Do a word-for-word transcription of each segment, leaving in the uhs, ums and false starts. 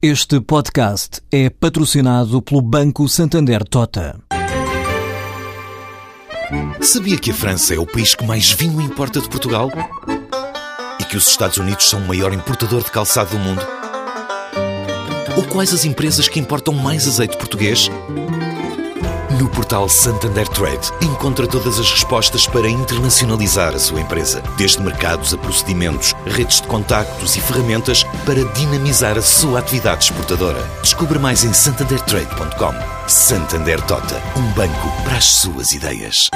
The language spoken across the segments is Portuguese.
Este podcast é patrocinado pelo Banco Santander Tota. Sabia que a França é o país que mais vinho importa de Portugal? E que os Estados Unidos são o maior importador de calçado do mundo? Ou quais as empresas que importam mais azeite português? No portal Santander Trade, encontra todas as respostas para internacionalizar a sua empresa. Desde mercados a procedimentos, redes de contactos e ferramentas para dinamizar a sua atividade exportadora. Descubra mais em santander trade ponto com. Santander Tota, um banco para as suas ideias.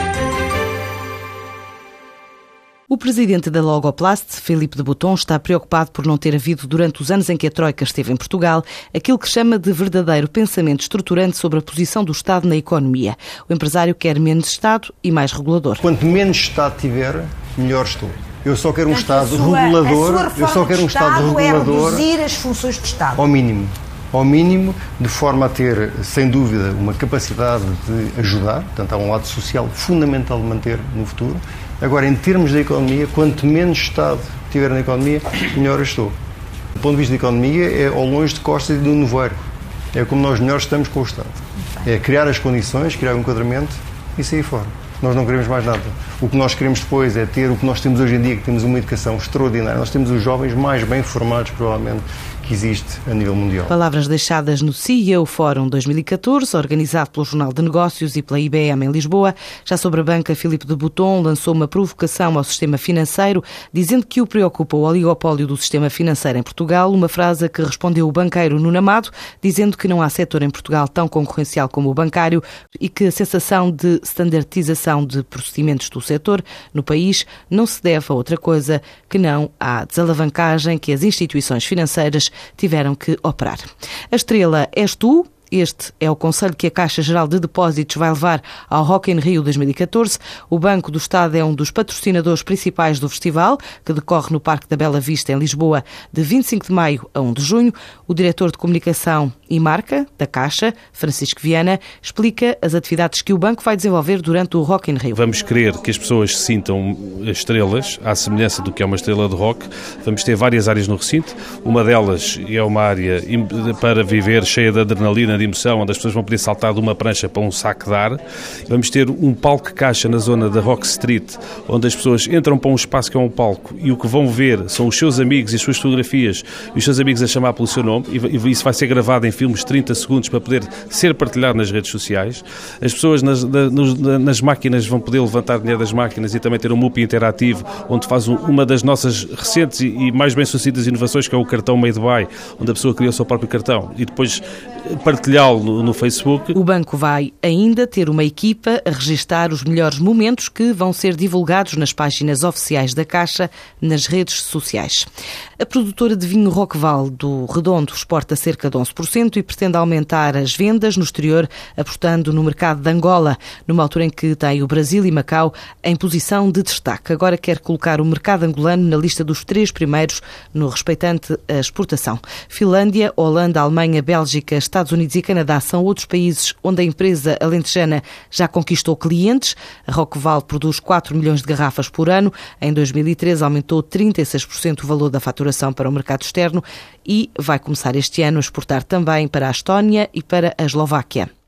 O presidente da Logoplast, Philippe de Botton, está preocupado por não ter havido, durante os anos em que a Troika esteve em Portugal, aquilo que chama de verdadeiro pensamento estruturante sobre a posição do Estado na economia. O empresário quer menos Estado e mais regulador. Quanto menos Estado tiver, melhor estou. Eu só quero um Portanto, Estado sua, regulador. Eu só quero um Estado regulador. É reduzir as funções do Estado. Ao mínimo. Ao mínimo, de forma a ter, sem dúvida, uma capacidade de ajudar. Portanto, há um lado social fundamental de manter no futuro. Agora, em termos da economia, quanto menos Estado tiver na economia, melhor eu estou. Do ponto de vista da economia, é ao longe de costas e do nevoeiro. É como nós melhor estamos com o Estado. É criar as condições, criar um enquadramento e sair fora. Nós não queremos mais nada. O que nós queremos depois é ter o que nós temos hoje em dia, que temos uma educação extraordinária. Nós temos os jovens mais bem formados, provavelmente, que existe a nível mundial. Palavras deixadas no C E O Fórum dois mil e catorze, organizado pelo Jornal de Negócios e pela I B M em Lisboa. Já sobre a banca, Philippe de Botton lançou uma provocação ao sistema financeiro, dizendo que o preocupa o oligopólio do sistema financeiro em Portugal, uma frase a que respondeu o banqueiro Nuno Amado, dizendo que não há setor em Portugal tão concorrencial como o bancário e que a sensação de standardização de procedimentos do setor no país não se deve a outra coisa que não à desalavancagem que as instituições financeiras tiveram que operar. A estrela és tu. Este é o conselho que a Caixa Geral de Depósitos vai levar ao Rock in Rio dois mil e catorze. O Banco do Estado é um dos patrocinadores principais do festival, que decorre no Parque da Bela Vista, em Lisboa, de vinte e cinco de maio a um de junho. O diretor de Comunicação e Marca da Caixa, Francisco Viana, explica as atividades que o banco vai desenvolver durante o Rock in Rio. Vamos querer que as pessoas se sintam estrelas, à semelhança do que é uma estrela de rock. Vamos ter várias áreas no recinto. Uma delas é uma área para viver cheia de adrenalina, de emoção, onde as pessoas vão poder saltar de uma prancha para um saco de ar. Vamos ter um palco caixa na zona da Rock Street, onde as pessoas entram para um espaço que é um palco e o que vão ver são os seus amigos e as suas fotografias e os seus amigos a chamar pelo seu nome, e isso vai ser gravado em filmes de trinta segundos para poder ser partilhado nas redes sociais. As pessoas nas, nas máquinas vão poder levantar dinheiro das máquinas e também ter um M U P I interativo, onde faz uma das nossas recentes e mais bem-sucedidas inovações, que é o cartão Made by, onde a pessoa cria o seu próprio cartão e depois partilhá-lo no, no Facebook. O banco vai ainda ter uma equipa a registar os melhores momentos que vão ser divulgados nas páginas oficiais da Caixa, nas redes sociais. A produtora de vinho Roqueval do Redondo exporta cerca de onze por cento e pretende aumentar as vendas no exterior, apostando no mercado de Angola, numa altura em que tem o Brasil e Macau em posição de destaque. Agora quer colocar o mercado angolano na lista dos três primeiros no respeitante à exportação. Finlândia, Holanda, Alemanha, Bélgica, Estados Unidos e Canadá são outros países onde a empresa alentejana já conquistou clientes. A Roqueval produz quatro milhões de garrafas por ano. Em dois mil e treze aumentou trinta e seis por cento o valor da faturação para o mercado externo e vai começar este ano a exportar também para a Estónia e para a Eslováquia.